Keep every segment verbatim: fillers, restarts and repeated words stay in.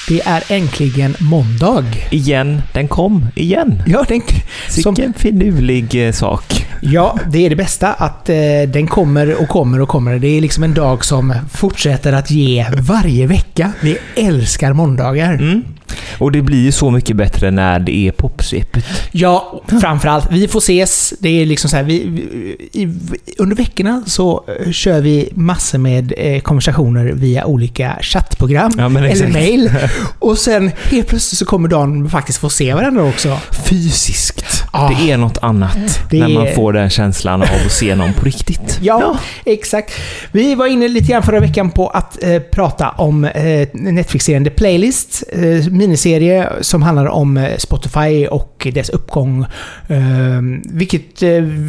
Det är äntligen måndag. Igen, den kom igen. Ja, den... Vilken som... finurlig eh, sak. Ja, det är det bästa att eh, den kommer och kommer och kommer. Det är liksom en dag som fortsätter att ge varje vecka. Vi älskar måndagar. Mm. Och det blir ju så mycket bättre när det är popsvepet. Ja, framförallt. Vi får ses. Det är liksom så här, vi, vi, i, under veckorna så kör vi massor med eh, konversationer via olika chattprogram ja, eller mejl. Och sen helt plötsligt så kommer dagen faktiskt få se varandra också. Fysiskt. Ah, det är något annat det när man är... får den känslan av att se någon på riktigt. Ja, ja, exakt. Vi var inne lite grann förra veckan på att eh, prata om eh, Netflix-serien The Playlist, eh, miniserie som handlar om eh, Spotify och dess uppgång. Eh, vilket eh,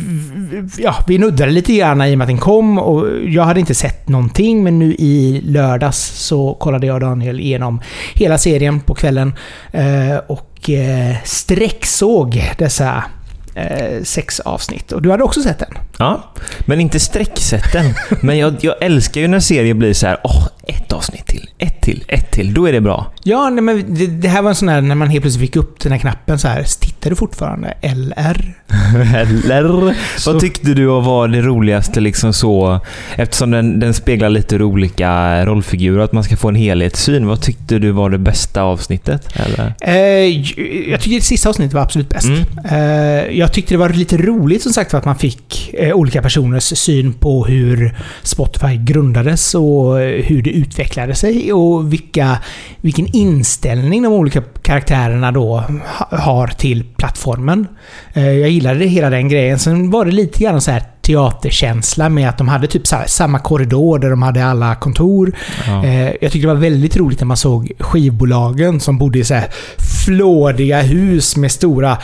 ja, vi nuddade lite grann i och med att den kom, och jag hade inte sett någonting, men nu i lördags så kollade jag och Daniel igenom hela serien på kvällen eh, och eh, sträcksåg dessa Eh, sex avsnitt. Och du hade också sett den. Ja, men inte sträcksätten. Men jag, jag älskar ju när serier blir så här: åh, ett avsnitt till, ett till, ett till. Då är det bra. Ja, nej, men det, det här var en sån här när man helt plötsligt fick upp den här knappen så här: tittar du fortfarande? L R? Eller? Vad tyckte du var det roligaste liksom så, eftersom den, den speglar lite olika rollfigurer, att man ska få en helhetssyn. Vad tyckte du var det bästa avsnittet? Eller? Eh, jag tycker det sista avsnittet var absolut bäst. Mm. Eh, jag tyckte det var lite roligt som sagt för att man fick eh, olika personers syn på hur Spotify grundades och hur det utvecklade sig och vilka, vilken inställning de olika karaktärerna då ha, har till plattformen. Eh, jag gillade det, hela den grejen. Sen var det lite grann så här teaterkänsla med att de hade typ så här, samma korridor där de hade alla kontor. Ja. Eh, jag tyckte det var väldigt roligt när man såg skivbolagen som bodde i så här flådiga hus med stora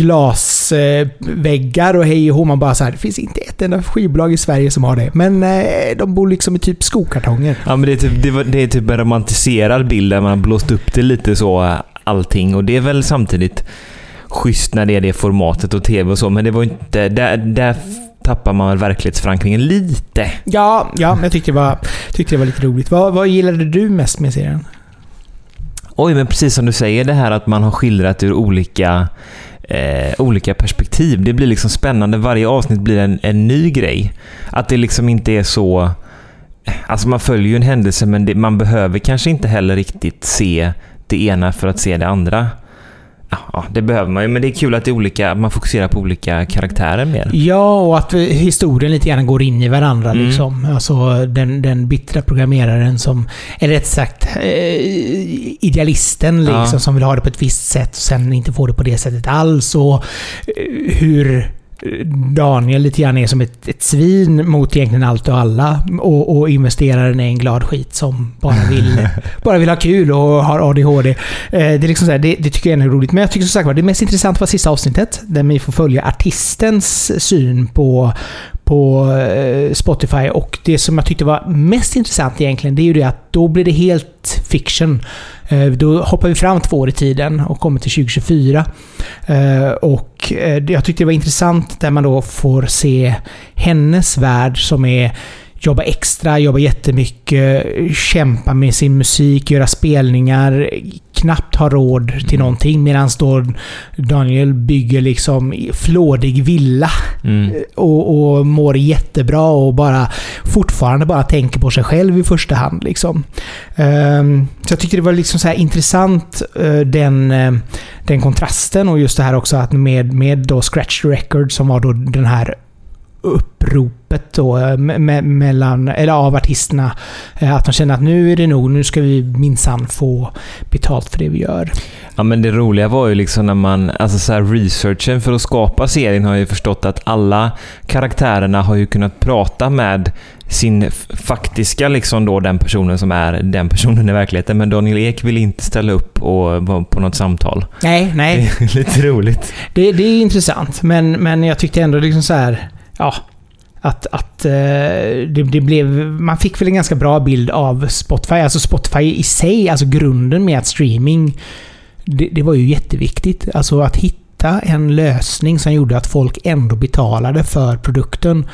glasväggar eh, och hej och hå. Man bara så här, det finns inte ett enda skivbolag i Sverige som har det. Men eh, de bor liksom i typ skokartonger. Ja, men det är typ, det var, det är typ en romantiserad bild där man har blåst upp det lite så allting, och det är väl samtidigt schysst när det är det formatet och tv och så, men det var inte där, där tappar man verklighetsförankringen lite. Ja, ja, jag tyckte det var, tyckte det var lite roligt. Vad, vad gillade du mest med serien? Oj, men precis som du säger, det här att man har skildrat ur olika eh, olika perspektiv. Det blir liksom spännande. Varje avsnitt blir en, en ny grej. Att det liksom inte är så... Alltså man följer ju en händelse, men det, man behöver kanske inte heller riktigt se det ena för att se det andra. Ja, det behöver man ju, men det är kul att det är olika, man fokuserar på olika karaktärer mer. Ja, och att historien lite grann går in i varandra. Mm. Liksom. Alltså den, den bittra programmeraren som, eller rätt sagt idealisten liksom, ja. Som vill ha det på ett visst sätt och sen inte får det på det sättet alls, och hur Daniel lite grann är som ett, ett svin mot egentligen allt och alla, och, och investeraren är en glad skit som bara vill bara vill ha kul och har A D H D. Eh, det är liksom så här, det, det tycker jag är roligt, men jag tycker som sagt var det mest intressant var sista avsnittet där vi får följa artistens syn på på Spotify, och det som jag tyckte var mest intressant egentligen, det är ju det att då blir det helt fiction. Då hoppar vi fram två år i tiden och kommer till tjugo tjugofyra, och jag tyckte det var intressant där man då får se hennes värld som är jobba extra, jobba jättemycket, kämpa med sin musik, göra spelningar, knappt ha råd till någonting, medan då Daniel bygger liksom flådig villa mm. och, och mår jättebra och bara fortfarande bara tänker på sig själv i första hand liksom. Um, så jag tycker det var liksom så här intressant uh, den, uh, den kontrasten, och just det här också att med, med då Scratch the Record som var då den här uppropet då me- mellan eller av artisterna, att de känner att nu är det nog, nu ska vi minsann få betalt för det vi gör. Ja, men det roliga var ju liksom när man, alltså så här, researchen för att skapa serien har ju förstått att alla karaktärerna har ju kunnat prata med sin faktiska liksom då den personen som är den personen i verkligheten, men Daniel Ek vill inte ställa upp och vara på något samtal. Nej, nej. Det är lite roligt. Det, det är intressant, men, men jag tyckte ändå liksom så här, ja, att, att det, det blev, man fick väl en ganska bra bild av Spotify, alltså Spotify i sig, alltså grunden med att streaming, det, det var ju jätteviktigt, alltså att hitta en lösning som gjorde att folk ändå betalade för produkten.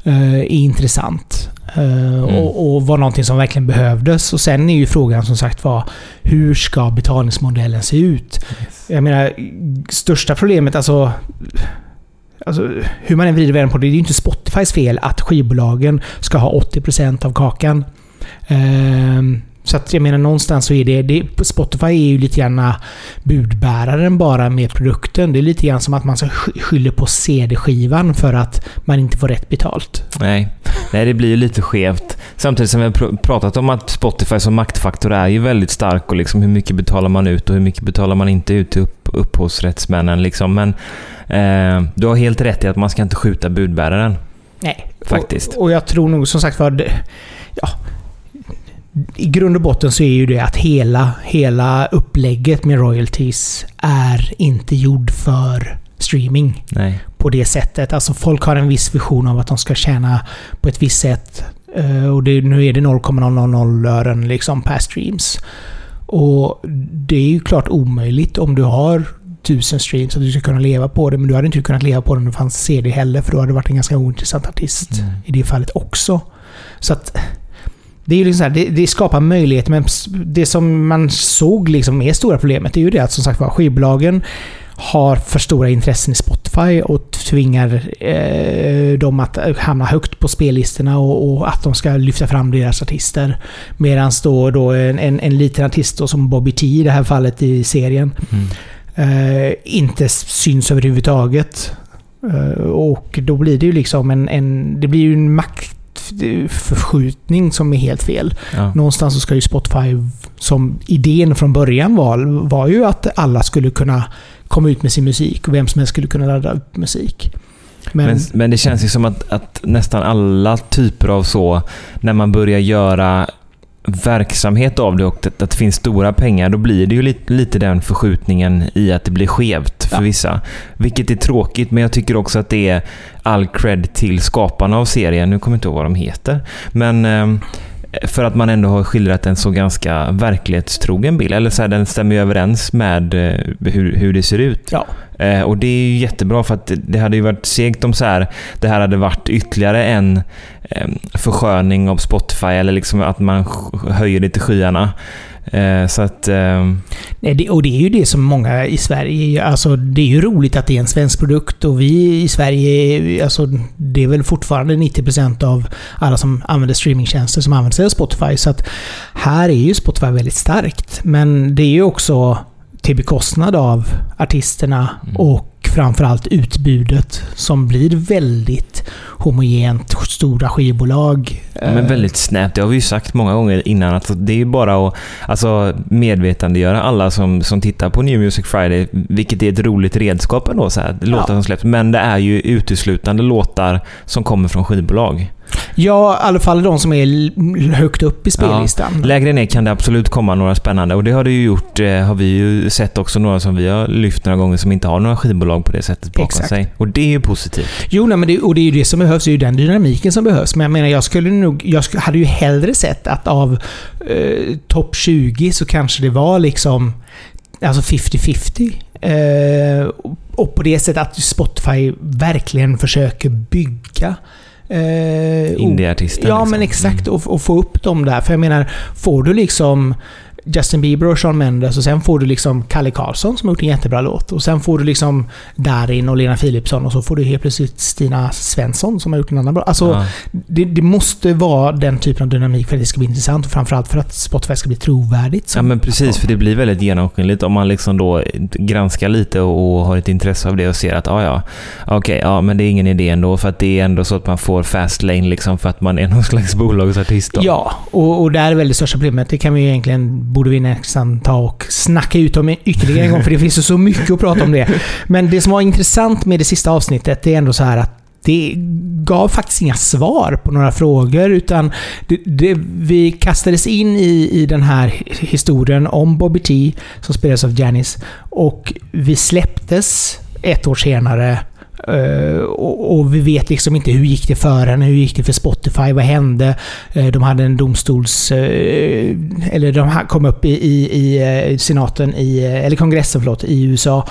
uh, är intressant. Uh, mm. och, och var någonting som verkligen behövdes. Och sen är ju frågan som sagt var, hur ska betalningsmodellen se ut? Yes. Jag menar, största problemet, alltså, alltså hur man än vrider världen på det, det är ju inte Spotifys fel att skivbolagen ska ha åttio procent av kakan. Uh, Så att jag menar, någonstans så är det, det... Spotify är ju lite grann budbäraren bara med produkten. Det är lite grann som att man ska skylla på C D-skivan för att man inte får rätt betalt. Nej, Nej det blir ju lite skevt. Samtidigt som vi har pr- pratat om att Spotify som maktfaktor är ju väldigt stark, och liksom hur mycket betalar man ut och hur mycket betalar man inte ut till upp, upphovsrättsmännen. Liksom. Men eh, du har helt rätt i att man ska inte skjuta budbäraren. Nej, faktiskt. Och, och jag tror nog som sagt var... Det, ja... I grund och botten så är ju det att hela, hela upplägget med royalties är inte gjord för streaming. Nej. På det sättet. Alltså folk har en viss vision av att de ska tjäna på ett visst sätt. Och det, nu är det noll komma noll noll noll ören liksom per streams. Och det är ju klart omöjligt om du har tusen streams att du ska kunna leva på det. Men du hade inte kunnat leva på det om det fanns C D heller, för då hade det varit en ganska ointressant artist mm. i det fallet också. Så att det är ju liksom så här, det, det skapar möjligheter, men det som man såg liksom är stora problemet är ju det att som sagt var skivbolagen har för stora intressen i Spotify och tvingar eh, dem att hamna högt på spellistorna och, och att de ska lyfta fram deras artister. Medan då, då en, en, en liten artist då, som Bobby T i det här fallet i serien mm. eh, inte syns överhuvudtaget. Eh, och då blir det ju liksom en, en det blir ju en makt förskjutning som är helt fel. Ja. Någonstans så ska ju Spotify, som idén från början var, var ju att alla skulle kunna komma ut med sin musik och vem som helst skulle kunna ladda upp musik. Men, men, men det känns ju som att, att nästan alla typer av så, när man börjar göra verksamhet av det och att, att det finns stora pengar, då blir det ju lite, lite den förskjutningen i att det blir skevt för ja. vissa. Vilket är tråkigt, men jag tycker också att det är all cred till skaparna av serien. Nu kommer jag inte ihåg vad de heter. Men eh, för att man ändå har skildrat en så ganska verklighetstrogen bild. Eller så här, den stämmer ju överens med eh, hur, hur det ser ut. Ja. Eh, och det är ju jättebra, för att det hade ju varit segt om så här, det här hade varit ytterligare en eh, försköning av Spotify, eller liksom att man höjer lite skyarna. Eh, så att eh... Nej, det, och det är ju det som många i Sverige, alltså det är ju roligt att det är en svensk produkt, och vi i Sverige, alltså det är väl fortfarande nittio procent av alla som använder streamingtjänster som använder sig av Spotify, så att här är ju Spotify väldigt starkt, men det är ju också till bekostnad av artisterna mm. och framförallt utbudet som blir väldigt homogent, stora skivbolag. Ja, men väldigt snävt. Det har vi ju sagt många gånger innan, att det är ju bara att alltså, medvetandegöra alla som, som tittar på New Music Friday, vilket är ett roligt redskap ändå, så här, låtar ja. som släpps. Men det är ju uteslutande låtar som kommer från skivbolag. Ja, i alla fall de som är högt upp i spellistan. Ja, lägre ner kan det absolut komma några spännande, och det har det ju gjort, har vi ju sett också några som vi har lyft några gånger som inte har några skivbolag på det sättet bakom Exakt. sig. Och det är ju positivt. Jo, nej, men det, och det är ju det som behövs, det är ju den dynamiken som behövs. Men jag menar, jag skulle nog, jag hade ju hellre sett att av eh, topp tjugo så kanske det var liksom alltså femtio femtio. Eh, och på det sättet att Spotify verkligen försöker bygga Uh, indieartister. Ja, liksom. men exakt. Mm. Och, och få upp dem där. För jag menar, får du liksom Justin Bieber och Shawn Mendes, och sen får du liksom Kalle Karlsson som har gjort en jättebra låt, och sen får du liksom Darin och Lena Philipsson, och så får du helt plötsligt Stina Svensson som har gjort en annan bra. Alltså, ja. det, det måste vara den typen av dynamik för att det ska bli intressant, och framförallt för att Spotify ska bli trovärdigt. Ja, men precis, för det blir väldigt genomskinligt om man liksom då granskar lite och, och har ett intresse av det och ser att ah, ja, okej, okay, ja, men det är ingen idé ändå, för att det är ändå så att man får fast lane liksom, för att man är någon slags bolagsartist. Då. Ja, och, och det är väl det största problemet. Det kan vi ju egentligen borde vi nästan ta och snacka ut om ytterligare en gång, för det finns ju så mycket att prata om det. Men det som var intressant med det sista avsnittet, det är ändå så här att det gav faktiskt inga svar på några frågor, utan det, det, vi kastades in i, i den här historien om Bobby T som spelas av Janis, och vi släpptes ett år senare. Uh, och, och vi vet liksom inte hur gick det för henne, hur gick det för Spotify, vad hände? Uh, de hade en domstols uh, eller de kom upp i, i, i senaten i, eller kongressen förlåt, i U S A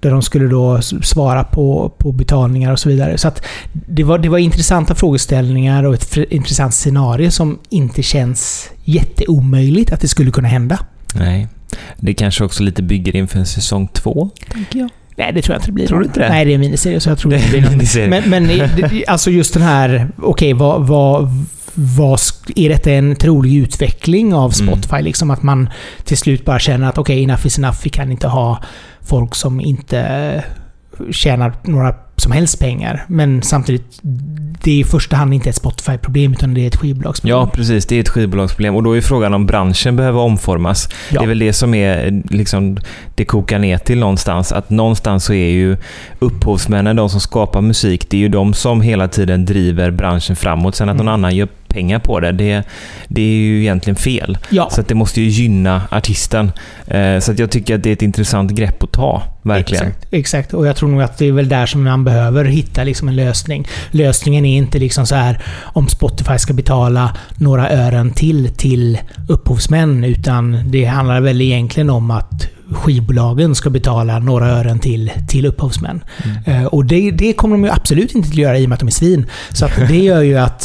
där de skulle då svara på, på betalningar och så vidare. Så att det var, det var intressanta frågeställningar och ett intressant scenario som inte känns jätteomöjligt att det skulle kunna hända. Nej, det kanske också lite bygger inför en säsong två, tänker jag. Nej, det tror jag inte det blir. Tror du inte det? Nej, det är en miniserie, så jag tror det inte det blir. Men, men alltså just den här, okej, okay, vad, vad, vad är detta en trolig utveckling av Spotify? Mm. Liksom att man till slut bara känner att okej, okay, enough is enough. Vi kan inte ha folk som inte tjänar några som helst pengar. Men samtidigt, det är i första hand inte ett Spotify-problem utan det är ett skivbolagsproblem. Ja, precis. Det är ett skivbolagsproblem. Och då är frågan om branschen behöver omformas. Ja. Det är väl det som är liksom, det kokar ner till någonstans. Att någonstans så är ju upphovsmännen, de som skapar musik, det är ju de som hela tiden driver branschen framåt. Sen att någon mm. annan gör pengar på det, det, det är ju egentligen fel. Ja. Så att det måste ju gynna artisten. Eh, så att jag tycker att det är ett intressant grepp att ta, verkligen. Exakt, exakt. Och jag tror nog att det är väl där som man behöver hitta liksom en lösning. Lösningen är inte liksom så här om Spotify ska betala några ören till till upphovsmän, utan det handlar väl egentligen om att skivbolagen ska betala några ören till, till upphovsmän. Mm. Uh, och det, det kommer de ju absolut inte att göra i och med att de är svin. Så att det gör ju att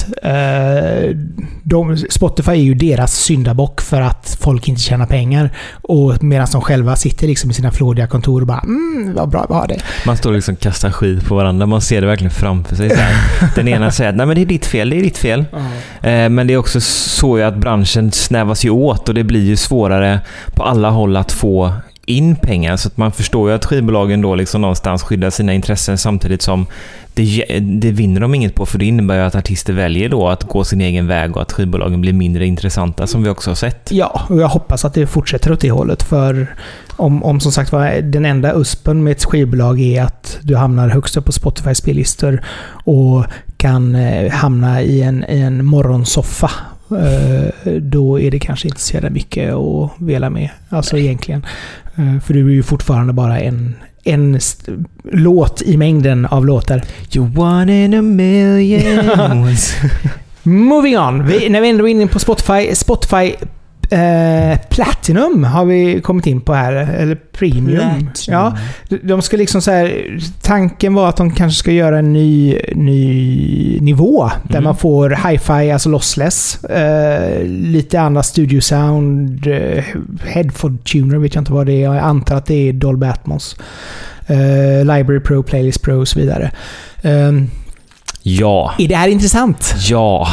uh, de, Spotify är ju deras syndabock för att folk inte tjänar pengar. Och medan de själva sitter liksom i sina flådiga kontor och bara mm, vad bra, vad har det? Man står liksom och kastar skit på varandra. Man ser det verkligen framför sig. Så här. Den ena säger att nej, men det är ditt fel, det är ditt fel. Mm. Uh, men det är också så att branschen snävas ju åt och det blir ju svårare på alla håll att få in pengar, så att man förstår ju att skivbolagen då liksom någonstans skyddar sina intressen samtidigt som det, det vinner de inget på, för det innebär ju att artister väljer då att gå sin egen väg och att skivbolagen blir mindre intressanta, som vi också har sett. Ja, och jag hoppas att det fortsätter åt det hållet, för om, om som sagt var den enda uspen med ett skivbolag är att du hamnar högst upp på Spotify spellistor och kan eh, hamna i en, i en morgonsoffa, då är det kanske inte så jävla mycket att vela med. Alltså egentligen. För du är ju fortfarande bara en, en st- låt i mängden av låtar. You one in a million. Moving on. Vi, när vi ändå är inne på Spotify, Spotify Eh, Platinum har vi kommit in på här, eller Premium. Platinum. Ja, de ska liksom så här, tanken var att de kanske ska göra en ny, ny nivå där mm. man får hi-fi, alltså lossless, eh, lite andra studio sound, eh, headphone tuner, vet jag inte vad det är. Jag antar att det är Dolby Atmos, eh, Library Pro, Playlist Pro och så vidare. Eh, Ja. Är det här intressant? Ja.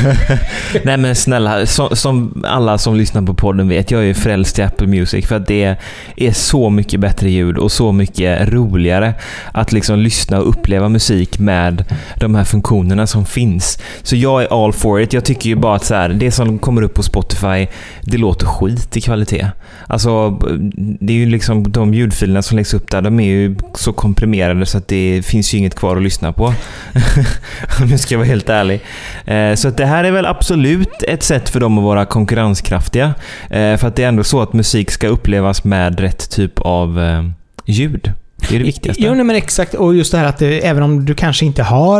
Nej men snälla, så, som alla som lyssnar på podden vet, jag är ju frälst i Apple Music för att det är så mycket bättre ljud och så mycket roligare att liksom lyssna och uppleva musik med de här funktionerna som finns. Så jag är all for it. Jag tycker ju bara att så här, det som kommer upp på Spotify, det låter skit i kvalitet. Alltså det är ju liksom de ljudfilerna som läggs upp där, de är ju så komprimerade så att det finns ju inget kvar att lyssna på. Om jag ska vara helt ärlig. Eh, så att det här är väl absolut ett sätt för dem att vara konkurrenskraftiga. Eh, för att det är ändå så att musik ska upplevas med rätt typ av eh, ljud. Det är det viktigaste. Jo, nej, men exakt. Och just det här att det, även om du kanske inte har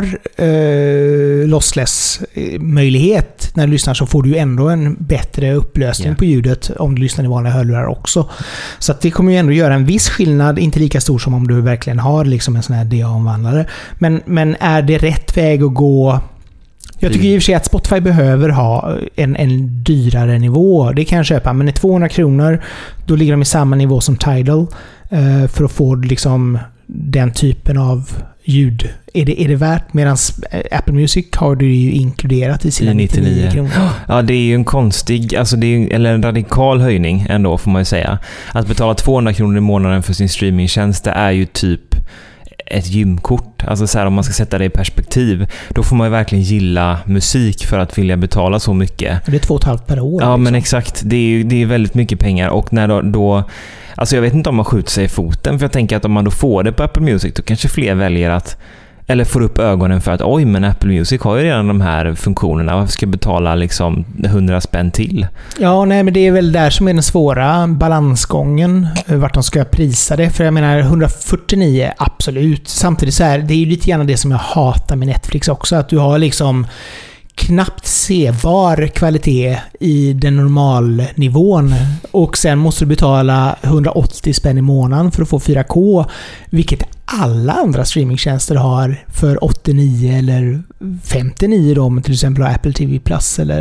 eh, lossless-möjlighet när du lyssnar, så får du ändå en bättre upplösning yeah. på ljudet om du lyssnar i vanliga hörlurar också. Så att det kommer ju ändå göra en viss skillnad, inte lika stor som om du verkligen har liksom en sån här D A-omvandlare. Men, men är det rätt väg att gå? Jag tycker i och för sig att Spotify behöver ha en, en dyrare nivå. Det kan jag köpa, men i tvåhundra kronor då ligger de i samma nivå som Tidal eh, för att få liksom den typen av ljud. Är det, är det värt? Medan Apple Music har du ju inkluderat i sina nittionio, nittionio kronor. Ja, det är ju en konstig, alltså det är, eller en radikal höjning ändå får man ju säga. Att betala tvåhundra kronor i månaden för sin streamingtjänst, det är ju typ ett gymkort. Alltså så här, om man ska sätta det i perspektiv, då får man ju verkligen gilla musik för att vilja betala så mycket. Det är två och ett halvt per år. Ja, liksom. Men exakt. Det är ju det är väldigt mycket pengar. Och när då, då alltså jag vet inte om man skjuter sig i foten, för jag tänker att om man då får det på Apple Music, då kanske fler väljer att, eller får upp ögonen för att oj, men Apple Music har ju redan de här funktionerna. Varför ska jag betala liksom hundra spänn till? Ja, nej, men det är väl där som är den svåra balansgången, vart de ska prisa det. För jag menar, hundrafyrtionio, absolut. Samtidigt så här, det är ju lite grann det som jag hatar med Netflix också. Att du har liksom knappt sebar kvalitet i den normalnivån. Och sen måste du betala hundraåttio spänn i månaden för att få fyra K, vilket alla andra streamingtjänster har för åttionio eller femtionio då, om till exempel Apple T V Plus eller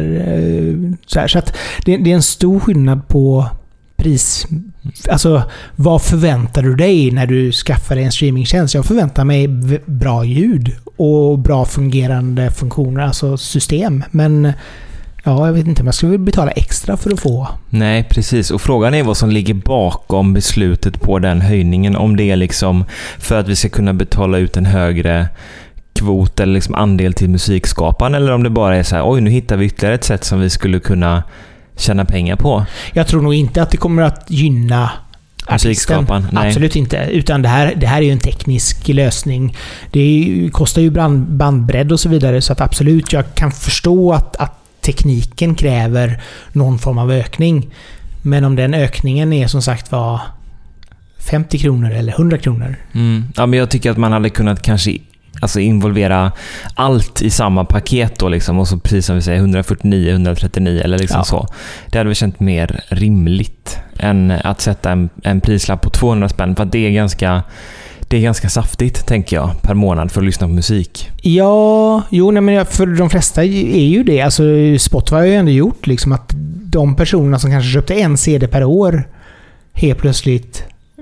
så här. Så att det, det är en stor skillnad på pris. Alltså, vad förväntar du dig när du skaffar dig en streamingtjänst? Jag förväntar mig bra ljud och bra fungerande funktioner, alltså system. Men ja, jag vet inte om jag skulle betala extra för att få. Nej, precis. Och frågan är vad som ligger bakom beslutet på den höjningen. Om det är liksom för att vi ska kunna betala ut en högre kvot eller liksom andel till musikskaparen, eller om det bara är så här, oj, nu hittar vi ytterligare ett sätt som vi skulle kunna tjäna pengar på. Jag tror nog inte att det kommer att gynna musikskaparen. Nej. Absolut inte. Utan det här, det här är ju en teknisk lösning. Det är ju, kostar ju brand, bandbredd och så vidare, så att absolut, jag kan förstå att, att tekniken kräver någon form av ökning. Men om den ökningen är som sagt var femtio kronor eller hundra kronor. Mm. Ja, men jag tycker att man hade kunnat kanske alltså involvera allt i samma paket då liksom, och så pris som vi säger hundrafyrtionio hundratrettionio eller liksom ja. Så. Det hade vi känt mer rimligt än att sätta en, en prislapp på tvåhundra spänn, för att det är ganska det är ganska saftigt, tänker jag, per månad för att lyssna på musik. Ja, jo, nej, men för de flesta är ju det. Alltså Spotify har ju ändå gjort liksom att de personerna som kanske köpte en C D per år helt plötsligt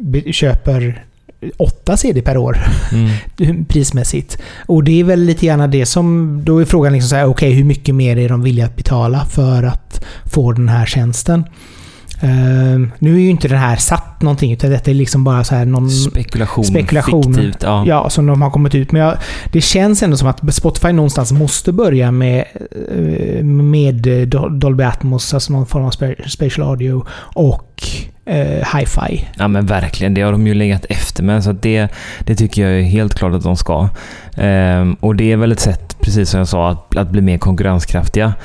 köper åtta C D per år mm. prismässigt. Och det är väl lite grann det som, då är frågan liksom så här, okej, okay, hur mycket mer är de villiga att betala för att få den här tjänsten? Uh, nu är ju inte det här satt någonting, utan detta är liksom bara så här någon spekulation, spekulation fiktivt, ja. Ja, som de har kommit ut. Men jag, det känns ändå som att Spotify någonstans måste börja med med Dolby Atmos, alltså någon form av spatial audio och uh, hi-fi. Ja, men verkligen, det har de ju legat efter med, så att det, det tycker jag är helt klart att de ska. Um, och det är väl ett sätt, precis som jag sa, att, att bli mer konkurrenskraftiga.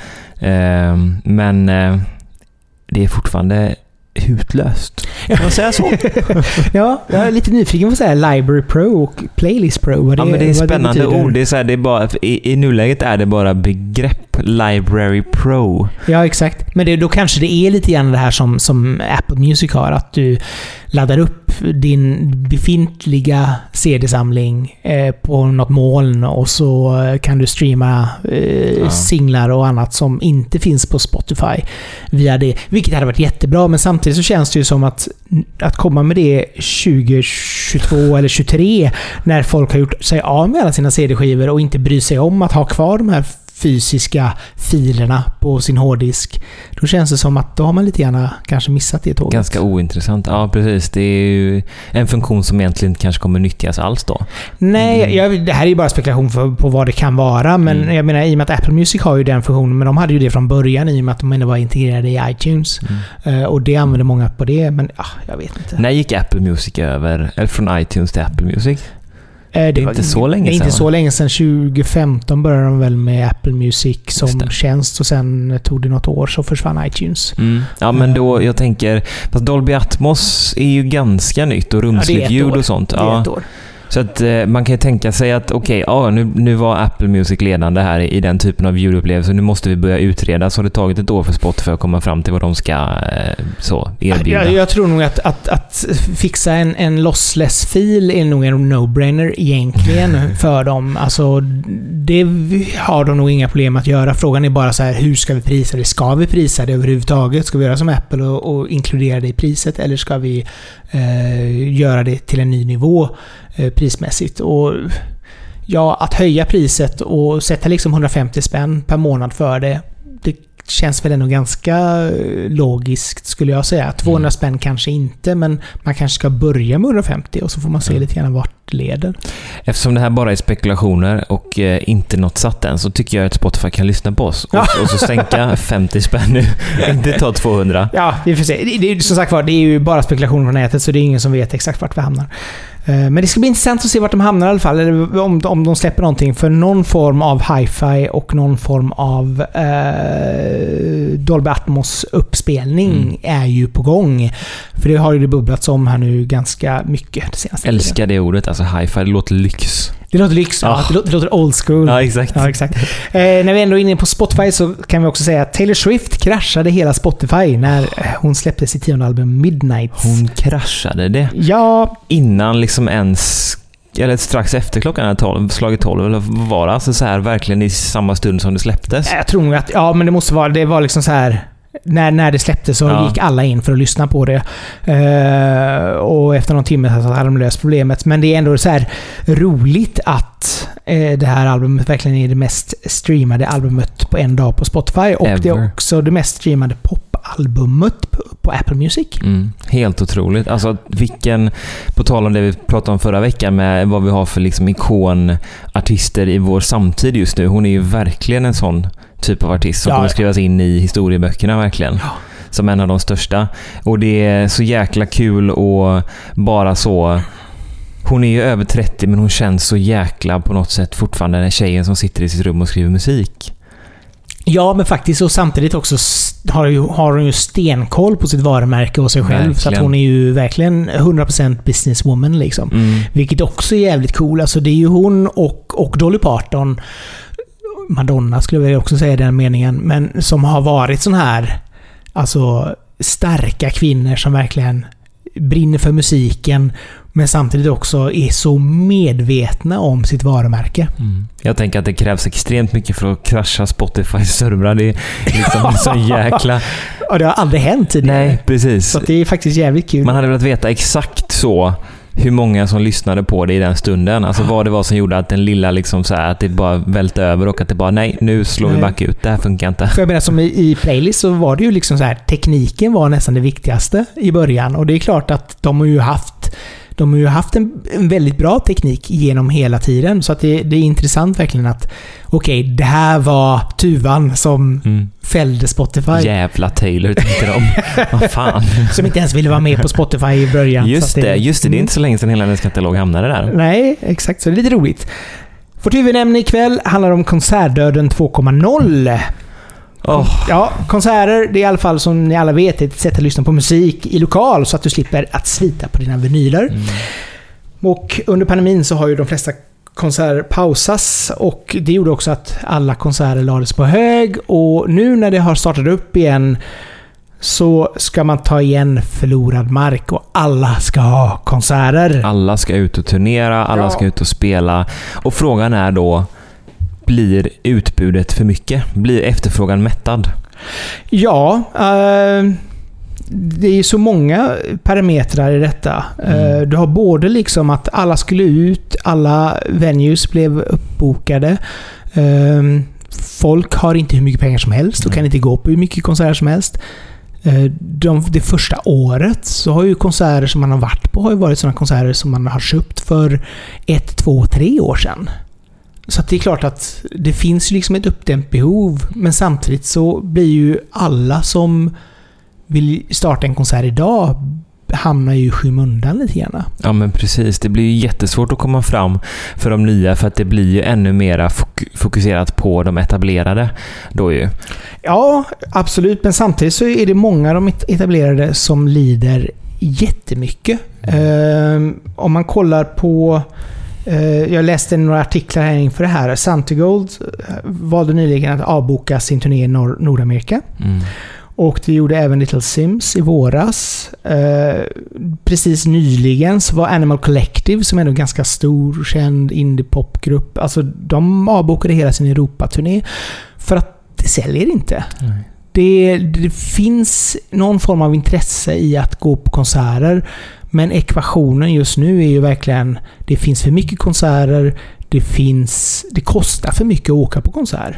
Um, men uh, det är fortfarande hutlöst. Kan man säga så? Ja, jag är lite nyfiken på så här Library Pro och Playlist Pro. Vad det, ja, men det är spännande det ord. Det är så här, det är bara, i, i nuläget är det bara begrepp Library Pro. Ja, exakt. Men det, då kanske det är lite grann det här som, som Apple Music har, att du laddar upp din befintliga C D-samling eh, på något moln och så kan du streama eh, ja. singlar och annat som inte finns på Spotify via det, vilket hade varit jättebra. Men samtidigt så känns det ju som att att komma med det tjugo tjugotvå eller tjugotre när folk har gjort sig av med alla sina C D-skivor och inte bryr sig om att ha kvar de här fysiska filerna på sin hårddisk. Då känns det som att då har man lite gärna kanske missat det tåget. Ganska ointressant. Ja, precis. Det är ju en funktion som egentligen kanske kommer nyttjas alls då. Nej, mm. jag, det här är ju bara spekulation för, på vad det kan vara. Men mm. jag menar, i och med att Apple Music har ju den funktionen, men de hade ju det från början i och med att de ändå var integrerade i iTunes. Mm. Uh, och det använder många på det, men ja, jag vet inte. När gick Apple Music över, eller från iTunes till Apple Music? Det, det är inte så länge sedan. Inte så länge sedan. tjugo femton började de väl med Apple Music som tjänst och sen tog det något år så försvann iTunes. Mm. Ja, men då, jag tänker, fast Dolby Atmos är ju ganska nytt och rumsligt ja, ljud och sånt. Det är ja. ett år. Så att eh, man kan ju tänka sig att okej, okay, ja, nu, nu var Apple Music ledande här i, i den typen av ljudupplevelser. Nu måste vi börja utreda. Så har det tagit ett år för Spotify att komma fram till vad de ska eh, så erbjuda. Jag, jag tror nog att, att, att fixa en, en lossless-fil är nog en no-brainer egentligen för dem. Alltså, det har de nog inga problem att göra. Frågan är bara så här, hur ska vi prisa det? Ska vi prisa det överhuvudtaget? Ska vi göra som Apple och, och inkludera det i priset? Eller ska vi eh, göra det till en ny nivå prismässigt? Och ja, att höja priset och sätta liksom hundrafemtio spänn per månad för det, det känns väl ändå ganska logiskt skulle jag säga. tvåhundra mm. spänn kanske inte, men man kanske ska börja med hundrafemtio och så får man se mm. lite grann vart det leder. Eftersom det här bara är spekulationer och eh, inte något satt än, så tycker jag att Spotify kan lyssna på oss och, ja. och så sänka femtio spänn nu. Inte ta tvåhundra. Ja, vi får se. Det, det, som sagt var, det är ju bara spekulationer på nätet, så det är ingen som vet exakt vart vi hamnar. Men det ska bli intressant att se vart de hamnar i alla fall. Eller om, om de släpper någonting. För någon form av hi-fi och någon form av eh, Dolby Atmos uppspelning mm. är ju på gång. För det har ju det bubblats om här nu ganska mycket det senaste Älskar tiden. Det ordet, alltså hi-fi, det låter lyx. Det låter lyx, ja. Det, låter, det låter old school. Ja, exakt. Ja, exakt. Eh, när vi ändå är inne på Spotify så kan vi också säga att Taylor Swift kraschade hela Spotify när hon släppte sitt tionde album Midnight. Hon kraschade det? Ja. Innan liksom ens... Eller strax efter klockan är tolv, slagit tolv, eller vad var det? Alltså så här, verkligen i samma stund som det släpptes? Jag tror nog att, ja men det måste vara, det var liksom så här... När, när det släpptes så ja. gick alla in för att lyssna på det. Uh, och efter någon timme så hade de löst problemet. Men det är ändå så här roligt att uh, det här albumet verkligen är det mest streamade albumet på en dag på Spotify. Och Ever. Det är också det mest streamade popalbumet på, på Apple Music. Mm, helt otroligt. Alltså vilken, på tal om det vi pratade om förra veckan med vad vi har för liksom ikonartister i vår samtid just nu. Hon är ju verkligen en sån typ av artist som ja, kommer skrivas in i historieböckerna verkligen. Ja. Som en av de största. Och det är så jäkla kul och bara så... Hon är ju över trettio men hon känns så jäkla på något sätt fortfarande den tjejen som sitter i sitt rum och skriver musik. Ja, men faktiskt. Och samtidigt också har, ju, har hon ju stenkoll på sitt varumärke och sig själv. Verkligen. Så att hon är ju verkligen hundra procent businesswoman liksom. Mm. Vilket också är jävligt cool. Alltså det är ju hon och, och Dolly Parton, Madonna skulle jag också säga den meningen, men som har varit sån här alltså starka kvinnor som verkligen brinner för musiken men samtidigt också är så medvetna om sitt varumärke. Mm. Jag tänker att det krävs extremt mycket för att krascha Spotifys servrar. Det är liksom så jäkla... Ja, det har aldrig hänt tidigare. Nej, precis. Så det är faktiskt jävligt kul. Man hade velat veta exakt så hur många som lyssnade på det i den stunden. Alltså vad det var som gjorde att den lilla liksom så här, att det bara välte över och att det bara, nej, nu slår nej. vi back ut. Det här funkar inte. För jag menar, som i, i playlist så var det ju liksom så här, tekniken var nästan det viktigaste i början. Och det är klart att de har ju haft de har ju haft en, en väldigt bra teknik genom hela tiden. Så att det, det är intressant verkligen att okej, okay, det här var tuvan som mm. fällde Spotify. Jävla Taylor, tänkte de. Vad fan. Som inte ens ville vara med på Spotify i början. Just det, det, just det. Det är inte så länge sedan hela hennes katalog hamnade där. Nej, exakt. Så det är lite roligt. Vårt huvudämne ikväll handlar om konsertdöden två punkt noll. Oh. Ja, konserter, det är i alla fall som ni alla vet ett sätt att lyssna på musik i lokal så att du slipper att slita på dina vinyler. Mm. Och under pandemin så har ju de flesta konserter pausas och det gjorde också att alla konserter lades på hög och nu när det har startat upp igen så ska man ta igen förlorad mark och alla ska ha konserter. Alla ska ut och turnera, alla ja. ska ut och spela och frågan är då, blir utbudet för mycket? Blir efterfrågan mättad? Ja, uh, det är så många parametrar i detta. Mm. Uh, du har både liksom att alla skulle ut, alla venues blev uppbokade. Uh, folk har inte hur mycket pengar som helst och mm. kan inte gå på hur mycket konserter som helst. Uh, de, det första året så har ju konserter som man har varit på har ju varit sådana konserter som man har köpt för ett, två, tre år sedan. Så att det är klart att det finns liksom ett uppdämt behov, men samtidigt så blir ju alla som vill starta en konsert idag hamnar ju i skymundan lite grann. Ja, men precis. Det blir ju jättesvårt att komma fram för de nya för att det blir ju ännu mer fok- fokuserat på de etablerade då ju. Ja, absolut. Men samtidigt så är det många av de etablerade som lider jättemycket. Mm. Um, om man kollar på jag läste några artiklar här inför det här. Santigold valde nyligen att avboka sin turné i Nord- Nordamerika. Mm. Och det gjorde även Little Sims i våras. Eh, precis nyligen så var Animal Collective, som är en ganska stor, känd indie-popgrupp, alltså de avbokade hela sin Europa-turné för att det säljer inte. Mm. Det, det finns någon form av intresse i att gå på konserter. Men ekvationen just nu är ju verkligen, det finns för mycket konserter, det finns, det kostar för mycket att åka på konsert.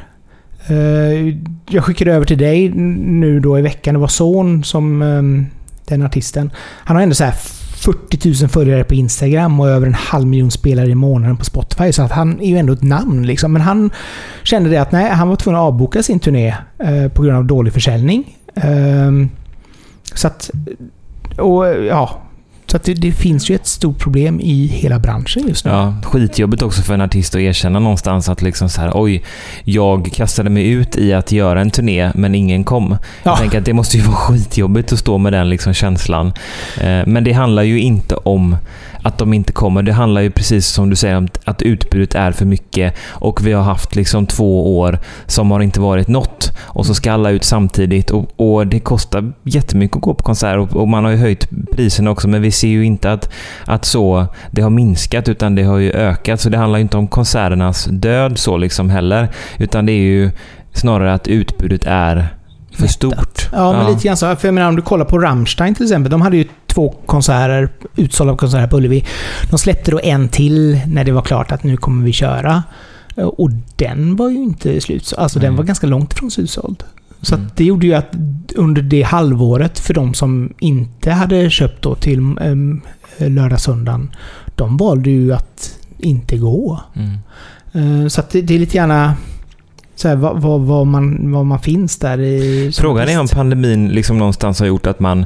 Jag skickade över till dig nu då i veckan, det var Son som den artisten. Han har ändå så här fyrtio tusen följare på Instagram och över en halv miljon spelare i månaden på Spotify, så att han är ju ändå ett namn liksom. Men han kände det att nej, han var tvungen att avboka sin turné på grund av dålig försäljning. Så att, och ja, Så att det, det finns ju ett stort problem i hela branschen just nu. Ja, skitjobbigt också för en artist att erkänna någonstans att liksom så här, oj, jag kastade mig ut i att göra en turné men ingen kom. Ja. Jag tänker att det måste ju vara skitjobbigt att stå med den liksom känslan. Eh, men det handlar ju inte om att de inte kommer. Det handlar ju precis som du säger om att utbudet är för mycket och vi har haft liksom två år som har inte varit något och så ska alla ut samtidigt och, och det kostar jättemycket att gå på konsert och, och man har ju höjt priserna också men vi ser ju inte att, att så det har minskat utan det har ju ökat så det handlar ju inte om konserternas död så liksom heller utan det är ju snarare att utbudet är för stort. Ja, men ja. lite grann så. För jag menar, om du kollar på Rammstein till exempel, de hade ju två konserter, utsålda konserter på Ullevi. De släppte då en till när det var klart att nu kommer vi köra. Och den var ju inte slut. Alltså mm. den var ganska långt från utsåld. Så mm. att det gjorde ju att under det halvåret för de som inte hade köpt då till um, lördag-söndagen, de valde ju att inte gå. Mm. Uh, så att det, det är lite gärna så här, vad, vad, vad, man, vad man finns där i. Frågan är om pandemin liksom någonstans har gjort att man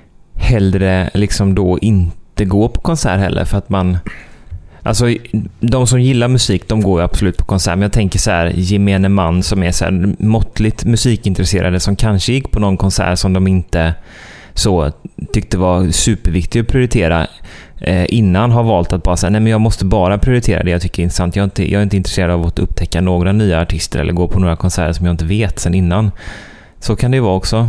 hellre liksom då inte går på konsert heller för att man alltså de som gillar musik de går ju absolut på konsert men jag tänker så här gemene man som är så här måttligt musikintresserade som kanske gick på någon konsert som de inte så tyckte var superviktigt att prioritera eh, innan har valt att bara säga nej men jag måste bara prioritera det jag tycker är intressant. Jag är inte, jag är inte intresserad av att upptäcka några nya artister eller gå på några konserter som jag inte vet sen innan. Så kan det ju vara också.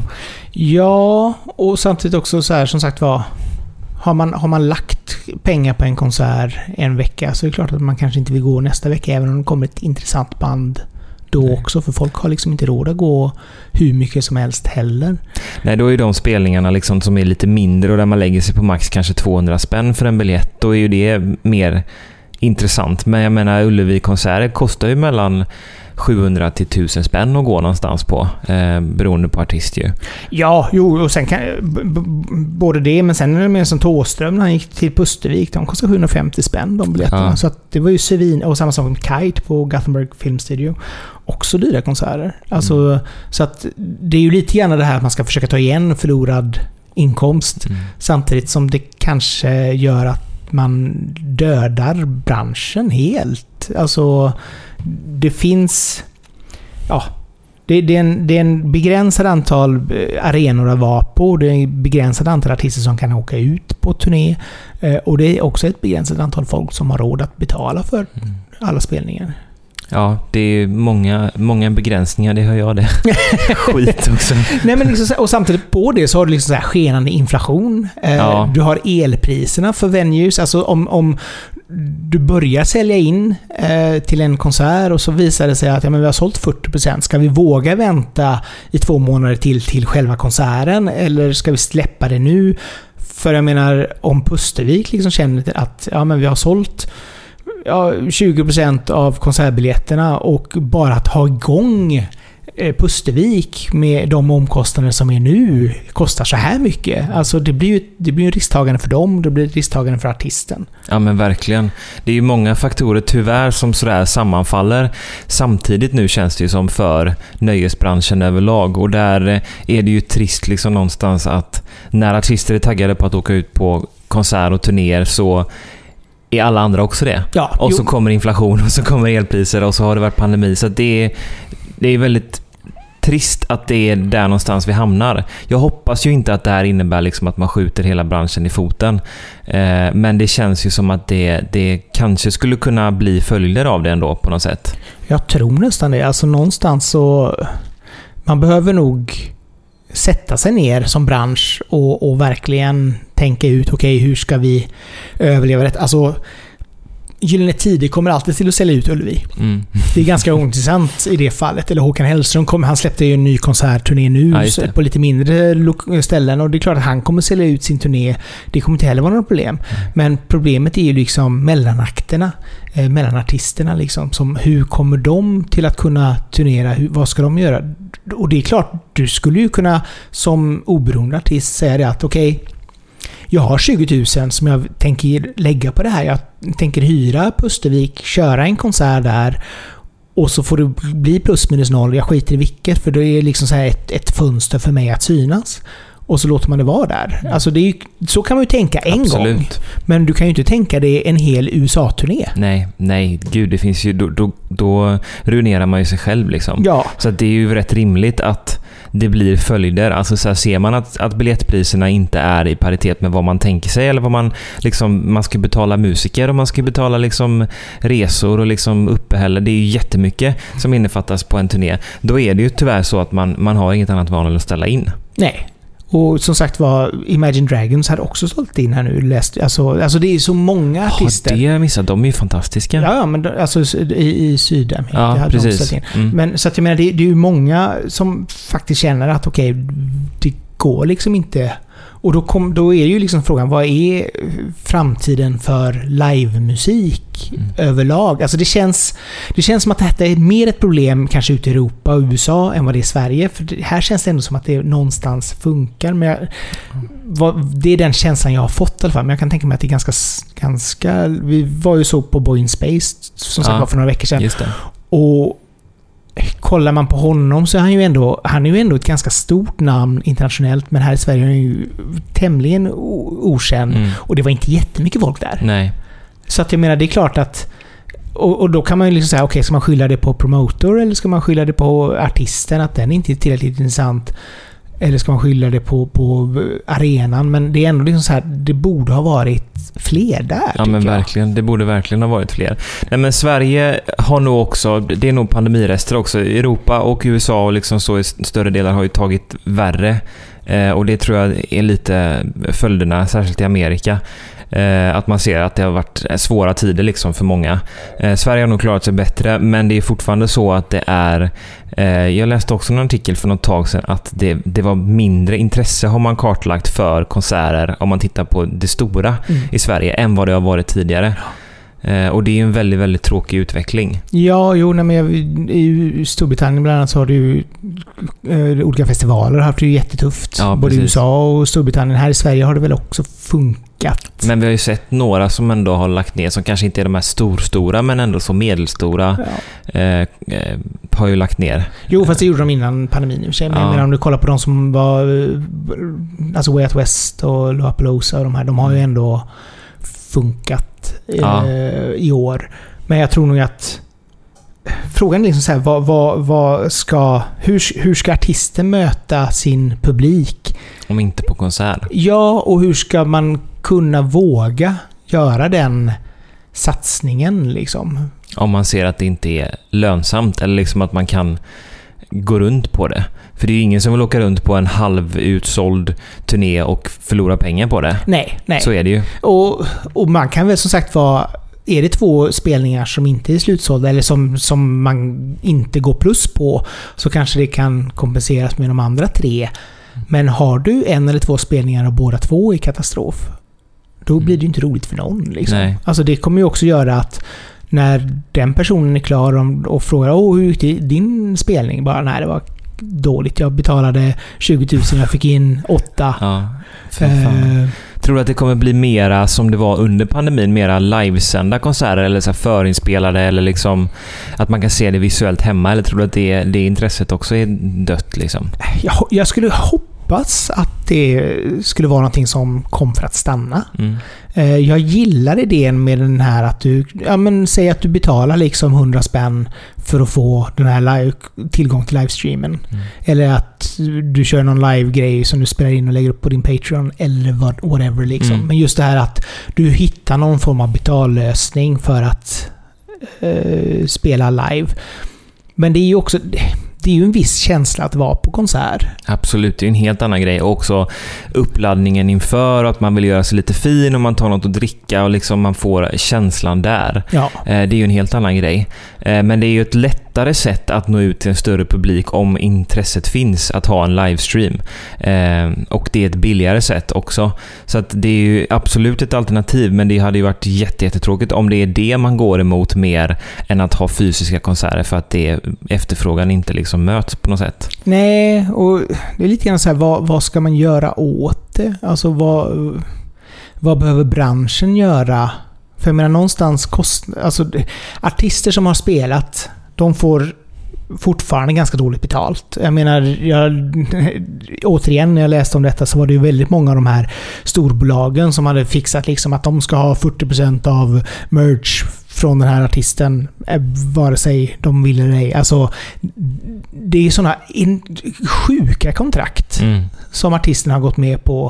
Ja, och samtidigt också så här som sagt var har man, har man lagt pengar på en konsert en vecka så är det klart att man kanske inte vill gå nästa vecka även om det kommer ett intressant band då Nej. också, för folk har liksom inte råd att gå hur mycket som helst heller. Nej, då är de spelningarna liksom som är lite mindre och där man lägger sig på max kanske tvåhundra spänn för en biljett, då är ju det mer intressant. Men jag menar, Ullevi-konserter kostar ju mellan sjuhundra till tusen spänn att gå någonstans på, eh, beroende på artist ju. Ja, jo, och sen kan b- b- både det, men sen är det mer som Thåström när han gick till Pustervik, de kostar sjuhundrafemtio spänn de biljetterna, ja. Så att det var ju svin, och samma sak med Kite på Gothenburg Film Studio, också dyra konserter. Alltså, mm. så att det är ju lite grann det här att man ska försöka ta igen förlorad inkomst, mm. samtidigt som det kanske gör att man dödar branschen helt. Alltså det finns ja, det, det, är en, det är en begränsad antal arenor att vara på, det är en begränsad antal artister som kan åka ut på turné, och det är också ett begränsat antal folk som har råd att betala för mm. alla spelningar. Ja, det är många, många begränsningar, det hör jag det. Skit också. Nej, men liksom, och samtidigt på det så har du liksom så här skenande inflation. Ja. Du har elpriserna för venues. Alltså om, om du börjar sälja in eh, till en konsert och så visar det sig att ja, men vi har sålt fyrtio procent. Ska vi våga vänta i två månader till till själva konserten? Eller ska vi släppa det nu? För jag menar, om Pustervik liksom känner att ja, men vi har sålt ja, tjugo procent av konsertbiljetterna och bara att ha igång Pustervik med de omkostnader som är nu kostar så här mycket. Alltså det blir ju det blir ju risktagande för dem, det blir risktagande för artisten. Ja, men verkligen. Det är ju många faktorer tyvärr som sådär sammanfaller. Samtidigt nu känns det ju som för nöjesbranschen överlag, och där är det ju trist liksom någonstans att när artister är taggade på att åka ut på konsert och turnéer så är alla andra också det. Ja, och så jo. kommer inflation och så kommer elpriser och så har det varit pandemi, så det är det är väldigt trist att det är där någonstans vi hamnar. Jag hoppas ju inte att det här innebär liksom att man skjuter hela branschen i foten. Eh, men det känns ju som att det, det kanske skulle kunna bli följder av det ändå på något sätt. Jag tror nästan det. Alltså någonstans så man behöver nog sätta sig ner som bransch och, och verkligen tänka ut, okej, okay, hur ska vi överleva det? Alltså Gyllene Tider kommer alltid till att sälja ut Ullevi. Mm. Det är ganska ointressant i det fallet. Eller Håkan Hellström kommer, han släppte ju en ny konsertturné nu ja, på lite mindre ställen, och det är klart att han kommer sälja ut sin turné. Det kommer inte heller vara något problem. Mm. Men problemet är ju liksom mellanakterna, eh, mellan artisterna liksom, som hur kommer de till att kunna turnera? Hur, vad ska de göra? Och det är klart, du skulle ju kunna som oberoende artist säga det att okej, okay, jag har tjugo tusen som jag tänker lägga på det här. Jag tänker hyra Pustervik, köra en konsert där, och så får det bli plus minus noll. Jag skiter i vilket, för det är liksom så här ett, ett fönster för mig att synas. och så låter man det vara där. Mm. Alltså det är ju, så kan man ju tänka en Absolut. gång. Men du kan ju inte tänka det en hel U S A-turné. Nej, nej. Gud, det finns ju... Då, då, då ruinerar man ju sig själv liksom. Ja. Så att det är ju rätt rimligt att det blir följder. Alltså så här, ser man att, att biljettpriserna inte är i paritet med vad man tänker sig, eller vad man liksom, man ska betala musiker och man ska betala liksom resor och liksom uppehälle. Det är ju jättemycket som innefattas på en turné. Då är det ju tyvärr så att man, man har inget annat val än att ställa in. Nej. Och som sagt var, Imagine Dragons hade också sålt in här nu. Läst, alltså, alltså det är så många artister. Ja, det är missat. De är ju fantastiska. Ja, men alltså i, i Sydamerika ja, hade precis. de sålt in. Mm. Men så att jag menar, det, det är ju många som faktiskt känner att okej, okay, det går liksom inte. Och då, kom, då är ju liksom frågan, vad är framtiden för livemusik mm. överlag? Alltså det känns, det känns som att detta är mer ett problem kanske ute i Europa och U S A än vad det är i Sverige. För det, här känns det ändå som att det någonstans funkar. Men jag, vad, det är den känslan jag har fått i alla fall. Men jag kan tänka mig att det är ganska... ganska vi var ju så på Boy in Space som sagt ja, var för några veckor sedan. Just det. Och kollar man på honom så är han ju ändå, han är ju ändå ett ganska stort namn internationellt, men här i Sverige är han ju tämligen okänd mm. och det var inte jättemycket folk där. Nej. Så att jag menar, det är klart att och, och då kan man ju liksom säga, okej, okay, ska man skylla det på promotor eller ska man skylla det på artisten att den inte är tillräckligt intressant, eller ska man skylla det på, på arenan? Men det är ändå liksom så här, det borde ha varit fler där. Ja, men verkligen. Det borde verkligen ha varit fler. Nej, men Sverige har nog också, det är nog pandemirester också. Europa och U S A och liksom så i större delar har ju tagit värre. Eh, och det tror jag är lite följderna, särskilt i Amerika. Eh, att man ser att det har varit svåra tider liksom för många. Eh, Sverige har nog klarat sig bättre, men det är fortfarande så att det är eh, jag läste också en artikel för något tag sedan att det, det var mindre intresse har man kartlagt för konserter om man tittar på det stora mm. i Sverige än vad det har varit tidigare. Ja. Eh, och det är ju en väldigt, väldigt tråkig utveckling. Ja, jo, nej, men jag, i Storbritannien bland annat så har du ju eh, olika festivaler har haft det ju jättetufft. Ja, både i U S A och Storbritannien. Här i Sverige har det väl också funkat. Men vi har ju sett några som ändå har lagt ner, som kanske inte är de här storstora men ändå så medelstora ja. eh, eh, har ju lagt ner. Jo, fast det gjorde de innan pandemin i och för sig. Men ja. om du kollar på de som var alltså Way Out West och Lollapalooza och de här, de har ju ändå funkat eh, ja. i år. Men jag tror nog att frågan är liksom så här, vad, vad, vad ska, hur, hur ska artisten möta sin publik? Om inte på konsert. Ja, och hur ska man kunna våga göra den satsningen liksom? Om man ser att det inte är lönsamt eller liksom att man kan gå runt på det. För det är ju ingen som vill åka runt på en halvutsåld turné och förlora pengar på det. Nej, nej. Så är det ju. Och, och man kan väl som sagt vara, är det två spelningar som inte är slutsålda eller som, som man inte går plus på, så kanske det kan kompenseras med de andra tre. Men har du en eller två spelningar och båda två i katastrof, då blir det ju inte roligt för någon. Liksom. Nej. Alltså det kommer ju också göra att när den personen är klar och, och frågar åh, hur gick din spelning? Bara, nej, det var dåligt. Jag betalade tjugo tusen, jag fick in åtta. Ja, uh, tror du att det kommer bli mera som det var under pandemin, mera livesända konserter eller så här förinspelade, eller liksom att man kan se det visuellt hemma, eller tror du att det, det intresset också är dött liksom? Jag, jag skulle hoppas att det skulle vara någonting som kom för att stanna. Mm. Jag gillar idén med den här att du, ja men säg att du betalar liksom hundra spänn för att få den här live, tillgång till livestreamen. Mm. Eller att du kör någon live-grej som du spelar in och lägger upp på din Patreon eller whatever liksom. Mm. Men just det här att du hittar någon form av betallösning för att uh, spela live. Men det är ju också, det är ju en viss känsla att vara på konsert. Absolut, det är en helt annan grej. Och också uppladdningen inför, att man vill göra sig lite fin och man tar något att dricka och liksom man får känslan där. Ja. Det är ju en helt annan grej. Men det är ju ett lättare sätt att nå ut till en större publik om intresset finns att ha en livestream. Och det är ett billigare sätt också. Så att det är ju absolut ett alternativ, men det hade ju varit jättetråkigt om det är det man går emot mer än att ha fysiska konserter, för att det efterfrågan inte liksom möts på något sätt. Nej, och det är lite grann så här, vad, vad ska man göra åt det? Alltså vad, vad behöver branschen göra? För jag menar någonstans kost, alltså artister som har spelat, de får fortfarande ganska dåligt betalt. Jag menar, jag, återigen när jag läste om detta så var det ju väldigt många av de här storbolagen som hade fixat liksom att de ska ha fyrtio procent av merch från den här artisten, vare sig de vill eller ej. Alltså, det är sådana in, sjuka kontrakt mm. som artisten har gått med på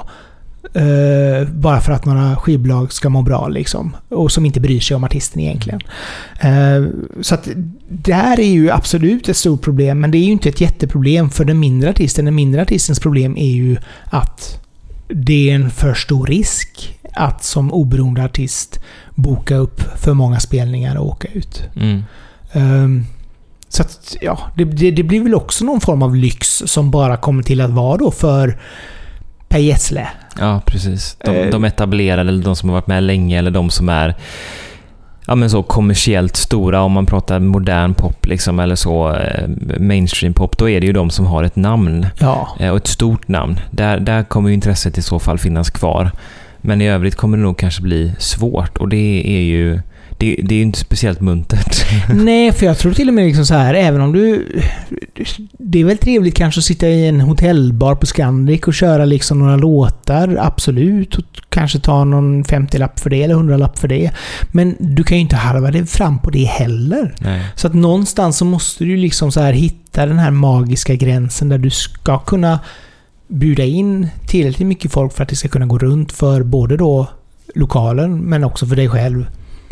Uh, bara för att några skivbolag ska må bra liksom, och som inte bryr sig om artisten egentligen. Uh, så att det här är ju absolut ett stort problem, men det är ju inte ett jätteproblem för den mindre artisten. Den mindre artistens problem är ju att det är en för stor risk att som oberoende artist boka upp för många spelningar och åka ut. Mm. Uh, så att ja, det, det, det blir väl också någon form av lyx som bara kommer till att vara då för Per Gessle. Ja, precis. De, de etablerade, eller de som har varit med länge, eller de som är ja, men så kommersiellt stora, om man pratar modern pop liksom, eller så mainstream pop, då är det ju de som har ett namn. Ja. Och ett stort namn. Där, där kommer ju intresset i så fall finnas kvar. Men i övrigt kommer det nog kanske bli svårt, och det är ju Det, det är ju inte speciellt muntert. Nej, för jag tror till och med liksom så här, även om du... Det är väl trevligt kanske att sitta i en hotellbar på Scandic och köra liksom några låtar, absolut. Och kanske ta någon femtio-lapp för det eller hundra-lapp för det. Men du kan ju inte halva det fram på det heller. Nej. Så att någonstans så måste du liksom så här hitta den här magiska gränsen där du ska kunna bjuda in tillräckligt mycket folk för att det ska kunna gå runt för både då lokalen men också för dig själv.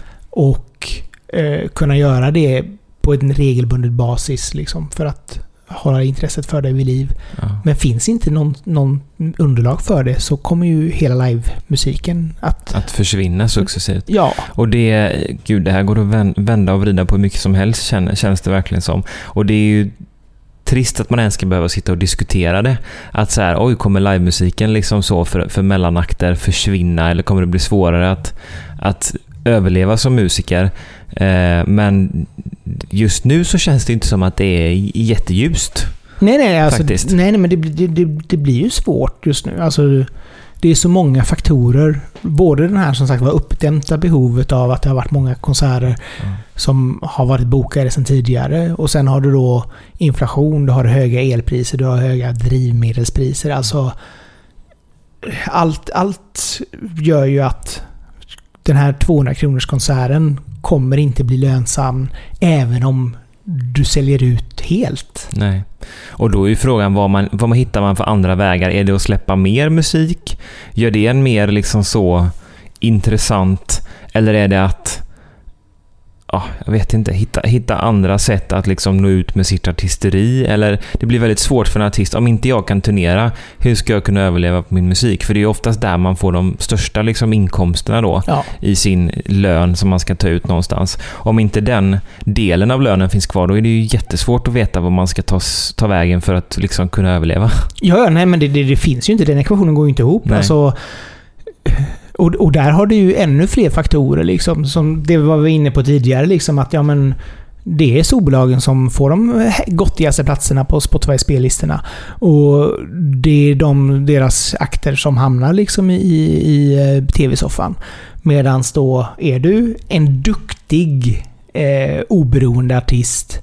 Och eh, kunna göra det på en regelbunden basis liksom, för att hålla intresset för dig vid liv. Ja. Men finns inte någon, någon underlag för det, så kommer ju hela livemusiken att... Att försvinna successivt. Ja. Och det, gud, det här går att vända och vrida på hur mycket som helst, känns, känns det verkligen som. Och det är ju trist att man ens ska behöva sitta och diskutera det. Att så här, oj, kommer livemusiken liksom så för, för mellanakter försvinna, eller kommer det bli svårare att, att överleva som musiker? Eh, men just nu så känns det inte som att det är jätteljust. Nej, nej, alltså, nej, nej, men det, det, det, det blir ju svårt just nu. Alltså, det är så många faktorer. Både den här som sagt var uppdämta behovet av att det har varit många konserter mm. som har varit bokade sedan tidigare. Och sen har du då inflation, du har höga elpriser, du har höga drivmedelspriser. Alltså allt, allt gör ju att den här tvåhundra kronors konserten kommer inte bli lönsam även om du säljer ut helt. Nej. Och då är ju frågan vad man, vad man hittar man för andra vägar. Är det att släppa mer musik? Gör det en mer liksom så intressant? Eller är det att ja, jag vet inte, hitta, hitta andra sätt att liksom nå ut med sitt artisteri? Eller det blir väldigt svårt för en artist. Om inte jag kan turnera, hur ska jag kunna överleva på min musik? För det är oftast där man får de största liksom inkomsterna då, ja. I sin lön som man ska ta ut någonstans. Om inte den delen av lönen finns kvar, då är det ju jättesvårt att veta vad man ska ta, ta vägen för att liksom kunna överleva. Ja, nej, men det, det, det finns ju inte. Den ekvationen går ju inte ihop. Nej. Alltså... Och, och där har du ju ännu fler faktorer liksom, som det var vi inne på tidigare liksom, att ja, men det är storbolagen som får de gottigaste platserna på Spotify-spellistorna, och det är de, deras akter som hamnar liksom i, i tv-soffan, medans då är du en duktig eh, oberoende artist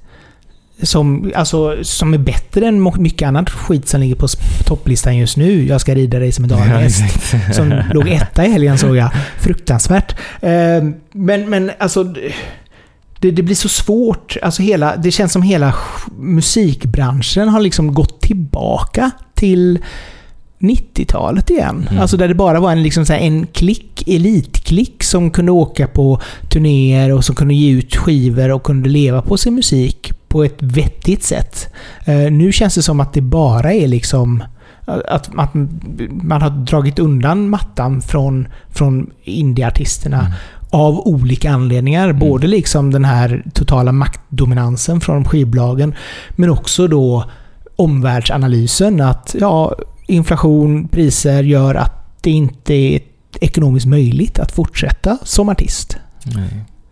som, alltså, som är bättre än mycket annat skit som ligger på topplistan just nu. Jag ska rida dig som en dalhäst, ja, som låg etta i helgen, såg jag. Fruktansvärt. Eh, men, men alltså det, det blir så svårt. Alltså hela, det känns som hela musikbranschen har liksom gått tillbaka till nittiotalet igen. Mm. Alltså där det bara var en, liksom så här, en klick, elitklick som kunde åka på turnéer och som kunde ge ut skivor och kunde leva på sin musik på ett vettigt sätt. Uh, nu känns det som att det bara är liksom att, att man har dragit undan mattan från, från indieartisterna mm. av olika anledningar. Mm. Både liksom den här totala maktdominansen från skivbolagen, men också då omvärldsanalysen att ja, inflation, priser gör att det inte är ekonomiskt möjligt att fortsätta som artist. Nej,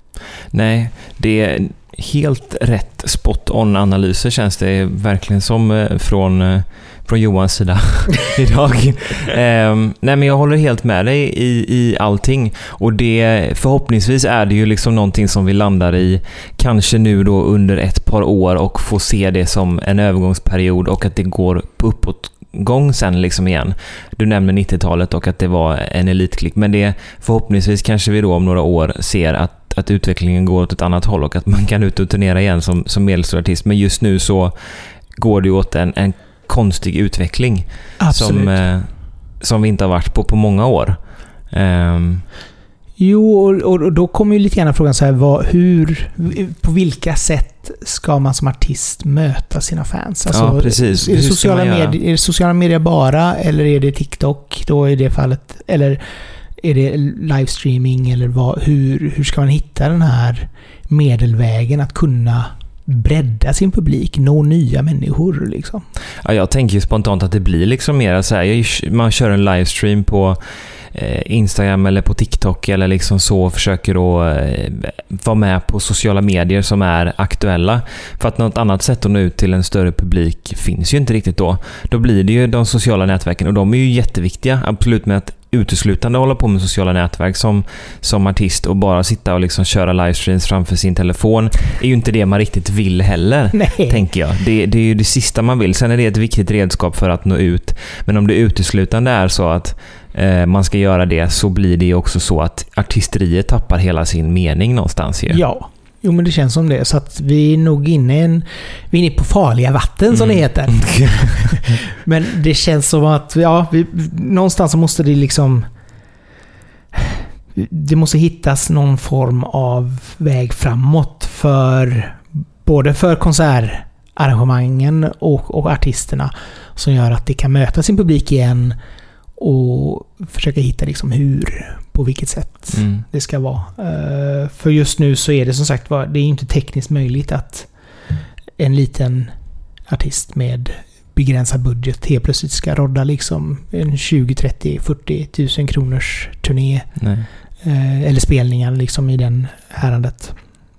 Nej det är helt rätt spot-on-analyser, känns det verkligen som från, från Johans sida idag. um, nej men jag håller helt med dig i, i allting. Och det, förhoppningsvis är det ju liksom någonting som vi landar i kanske nu då under ett par år och får se det som en övergångsperiod och att det går uppåt gång sen liksom igen. Du nämnde nittiotalet och att det var en elitklick, men det förhoppningsvis kanske vi då om några år ser att, att utvecklingen går åt ett annat håll och att man kan ut och turnera igen som, som medelstor artist. Men just nu så går det åt en, en konstig utveckling som, eh, som vi inte har varit på på många år. Um, Jo, och, och då kommer ju lite grann frågan så här, vad, hur, på vilka sätt ska man som artist möta sina fans? Alltså, ja, precis. Är det, sociala medier, är det sociala medier bara, eller är det TikTok då i det fallet? Eller är det livestreaming? Eller vad, hur, hur ska man hitta den här medelvägen att kunna bredda sin publik, nå nya människor liksom? Ja, jag tänker ju spontant att det blir liksom mer så här, man kör en livestream på Instagram eller på TikTok eller liksom så, försöker då eh, vara med på sociala medier som är aktuella, för att något annat sätt att nå ut till en större publik finns ju inte riktigt då. Då blir det ju de sociala nätverken, och de är ju jätteviktiga, absolut, med att uteslutande hålla på med sociala nätverk som, som artist och bara sitta och liksom köra livestreams framför sin telefon är ju inte det man riktigt vill heller. Nej. Tänker jag. Det, det är ju det sista man vill. Sen är det ett viktigt redskap för att nå ut, men om det uteslutande är så att eh, man ska göra det, så blir det ju också så att artisteriet tappar hela sin mening någonstans ju. Ja. Jo, men det känns som det. Så att vi är nog inne, en, vi är inne på farliga vatten som mm. det heter. Men det känns som att ja, vi, någonstans så måste det liksom det måste hittas någon form av väg framåt för både för konsertarrangemangen och, och artisterna, som gör att det kan möta sin publik igen och försöka hitta liksom hur, på vilket sätt mm. det ska vara. Uh, för just nu så är det som sagt var, det är inte tekniskt möjligt att en liten artist med begränsad budget helt plötsligt ska rodda liksom en tjugo, trettio, fyrtio tusen kronors turné. Nej. Uh, eller spelningar liksom i den härandet.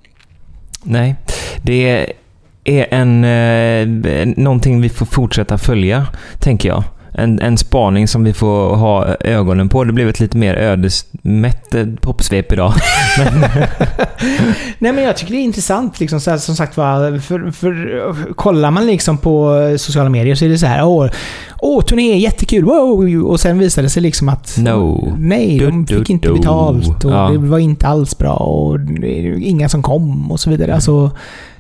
Nej, det är en eh, någonting vi får fortsätta följa, tänker jag. En, en spaning som vi får ha ögonen på. Det blev ett lite mer ödesmätt popsvep idag. men Nej, men jag tycker det är intressant liksom, så här, som sagt var, för, för kollar man liksom på sociala medier så är det så här, åh, åh turné är jättekul, wow, och sen visade det sig liksom att no. nej, de fick du, inte du. betalt och ja. det var inte alls bra och inga som kom och så vidare. Alltså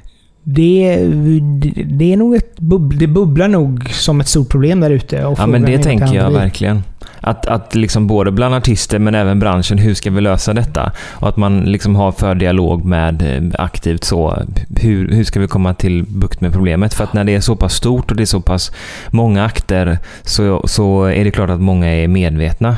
Det, det är nog ett bubbl, det bubblar nog som ett stort problem där ute. Ja, men det tänker jag verkligen. Att, att liksom både bland artister men även branschen, hur ska vi lösa detta? Och att man liksom har för dialog med aktivt så, hur, hur ska vi komma till bukt med problemet? För att när det är så pass stort och det är så pass många akter, så, så är det klart att många är medvetna.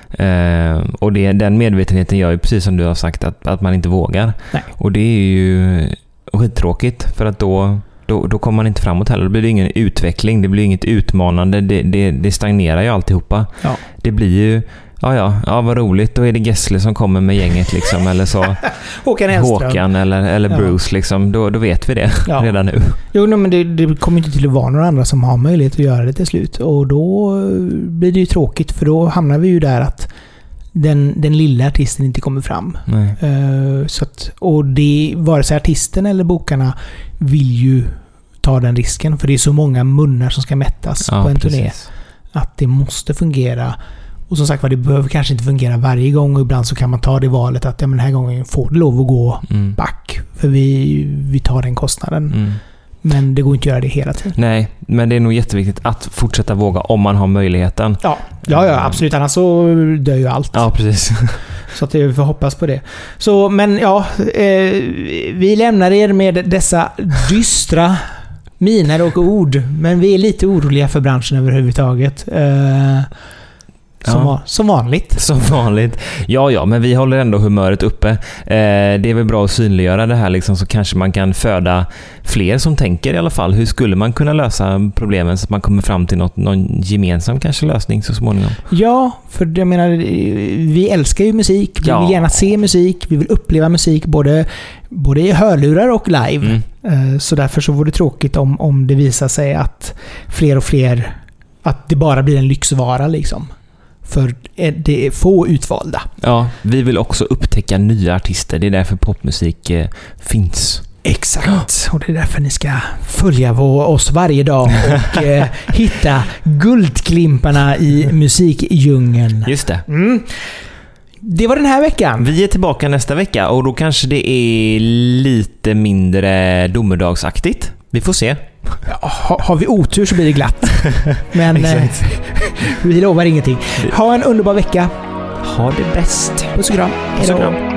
Uh, och det, den medvetenheten gör ju precis som du har sagt att, att man inte vågar. Nej. Och det är ju skittråkigt, för att då, då, då kommer man inte framåt heller. Då blir det ingen utveckling, det blir inget utmanande, det, det, det stagnerar ju alltihopa. Ja. Det blir ju, ja ja, ja vad roligt, då är det Gessle som kommer med gänget liksom, eller så Håkan Hellström. Håkan eller, eller ja. Bruce liksom, då, då vet vi det ja. redan nu. Jo, men det, det kommer inte till att vara några andra som har möjlighet att göra det till slut, och då blir det ju tråkigt, för då hamnar vi ju där att Den, den lilla artisten inte kommer fram. Uh, så att, och det, vare sig artisten eller bokarna vill ju ta den risken, för det är så många munnar som ska mättas ja, på en turné, precis. Att det måste fungera. Och som sagt var, det behöver kanske inte fungera varje gång, och ibland så kan man ta det valet att ja, men den här gången får det lov att gå mm. back, för vi, vi tar den kostnaden. Mm. Men det går inte att göra det hela tiden. Nej, men det är nog jätteviktigt att fortsätta våga om man har möjligheten. Ja, ja, ja absolut. Annars så dör ju allt. Ja, precis. Så att vi får hoppas på det. Så, men ja, eh, vi lämnar er med dessa dystra miner och ord. Men vi är lite oroliga för branschen överhuvudtaget. Eh, Som, ja. var, som vanligt. Som vanligt. Ja, ja, men vi håller ändå humöret uppe. Eh, det är väl bra att synliggöra det här liksom, så kanske man kan föda fler som tänker i alla fall. Hur skulle man kunna lösa problemen så att man kommer fram till något, någon gemensam kanske lösning så småningom? Ja, för jag menar, vi älskar ju musik. Vi ja. vill gärna se musik. Vi vill uppleva musik både, både i hörlurar och live. Mm. Eh, så därför så vore det tråkigt om, om det visar sig att fler och fler Att det bara blir en lyxvara liksom. För det är få utvalda. Ja, vi vill också upptäcka nya artister. Det är därför popmusik eh, finns. Exakt. Och det är därför ni ska följa oss varje dag och eh, hitta guldklimparna i musikdjungeln. Just det. Mm. Det var den här veckan. Vi är tillbaka nästa vecka och då kanske det är lite mindre domedagsaktigt. Vi får se. Ha, har vi otur så blir det glatt. Men eh, vi lovar ingenting. Ha en underbar vecka. Ha det bäst. Puss och kram. Puss och kram.